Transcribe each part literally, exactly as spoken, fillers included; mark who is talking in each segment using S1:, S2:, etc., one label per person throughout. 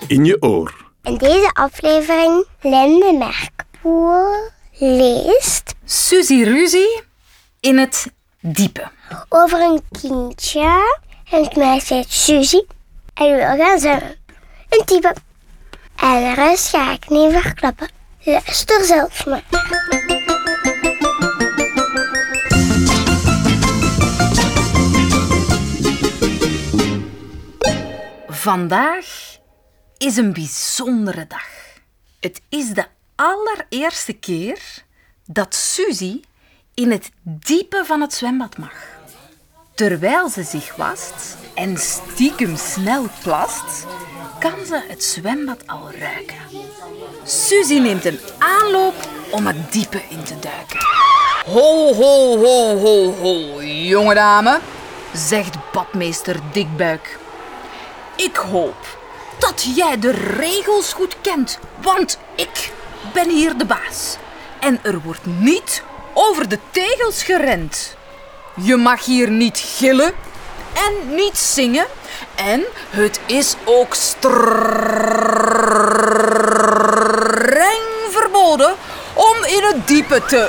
S1: In je oor.
S2: In deze aflevering Linde Merkpoel leest
S3: Suzy Ruzie in het diepe.
S2: over een kindje. En het meisje heet Suzy. En die wil gaan zwemmen. Een type. En de rest ga ik niet verklappen. Luister zelf maar.
S3: Vandaag is een bijzondere dag. Het is de allereerste keer dat Suzy in het diepe van het zwembad mag. Terwijl ze zich wast en stiekem snel plast, kan ze het zwembad al ruiken. Suzy neemt een aanloop om het diepe in te duiken. Ho, ho, ho, ho, ho, jonge dame, zegt badmeester Dikbuik. Ik hoop dat jij de regels goed kent, want ik ben hier de baas. En er wordt niet over de tegels gerend. Je mag hier niet gillen en niet zingen. En het is ook streng verboden om in het diepe te...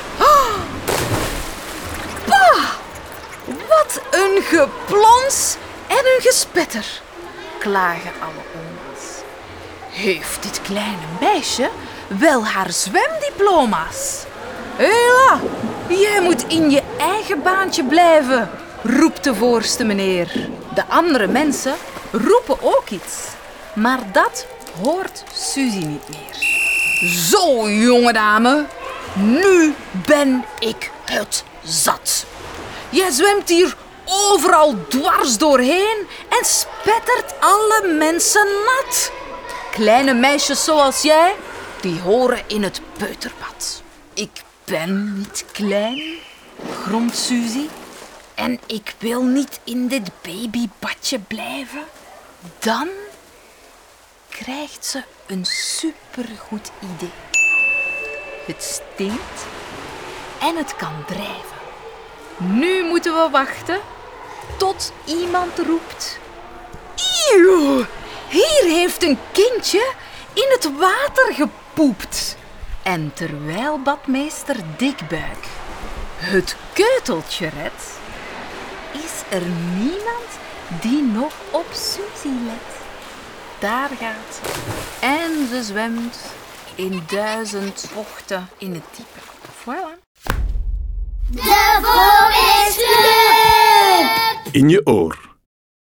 S3: Bah! Wat een geplons en een gespetter, klagen alle oma's. Heeft dit kleine meisje wel haar zwemdiploma's? Hela, jij moet in je eigen baantje blijven, roept de voorste meneer. De andere mensen roepen ook iets, maar dat hoort Suzy niet meer. Zo, jonge dame, nu ben ik het zat. Jij zwemt hier overal dwars doorheen en spettert alle mensen nat. Kleine meisjes zoals jij, die horen in het peuterbad. Ik ben niet klein, gromt Suzy. En ik wil niet in dit babybadje blijven. Dan krijgt ze een supergoed idee. Het steekt en het kan drijven. Nu moeten we wachten tot iemand roept. Eeuw, hier heeft een kindje in het water gepoept. En terwijl badmeester Dikbuik het keuteltje redt, is er niemand die nog op Suzy let. Daar gaat ze. En ze zwemt in duizend vochten in het diepe. Voilà.
S2: De Vogelclub!
S1: In je oor.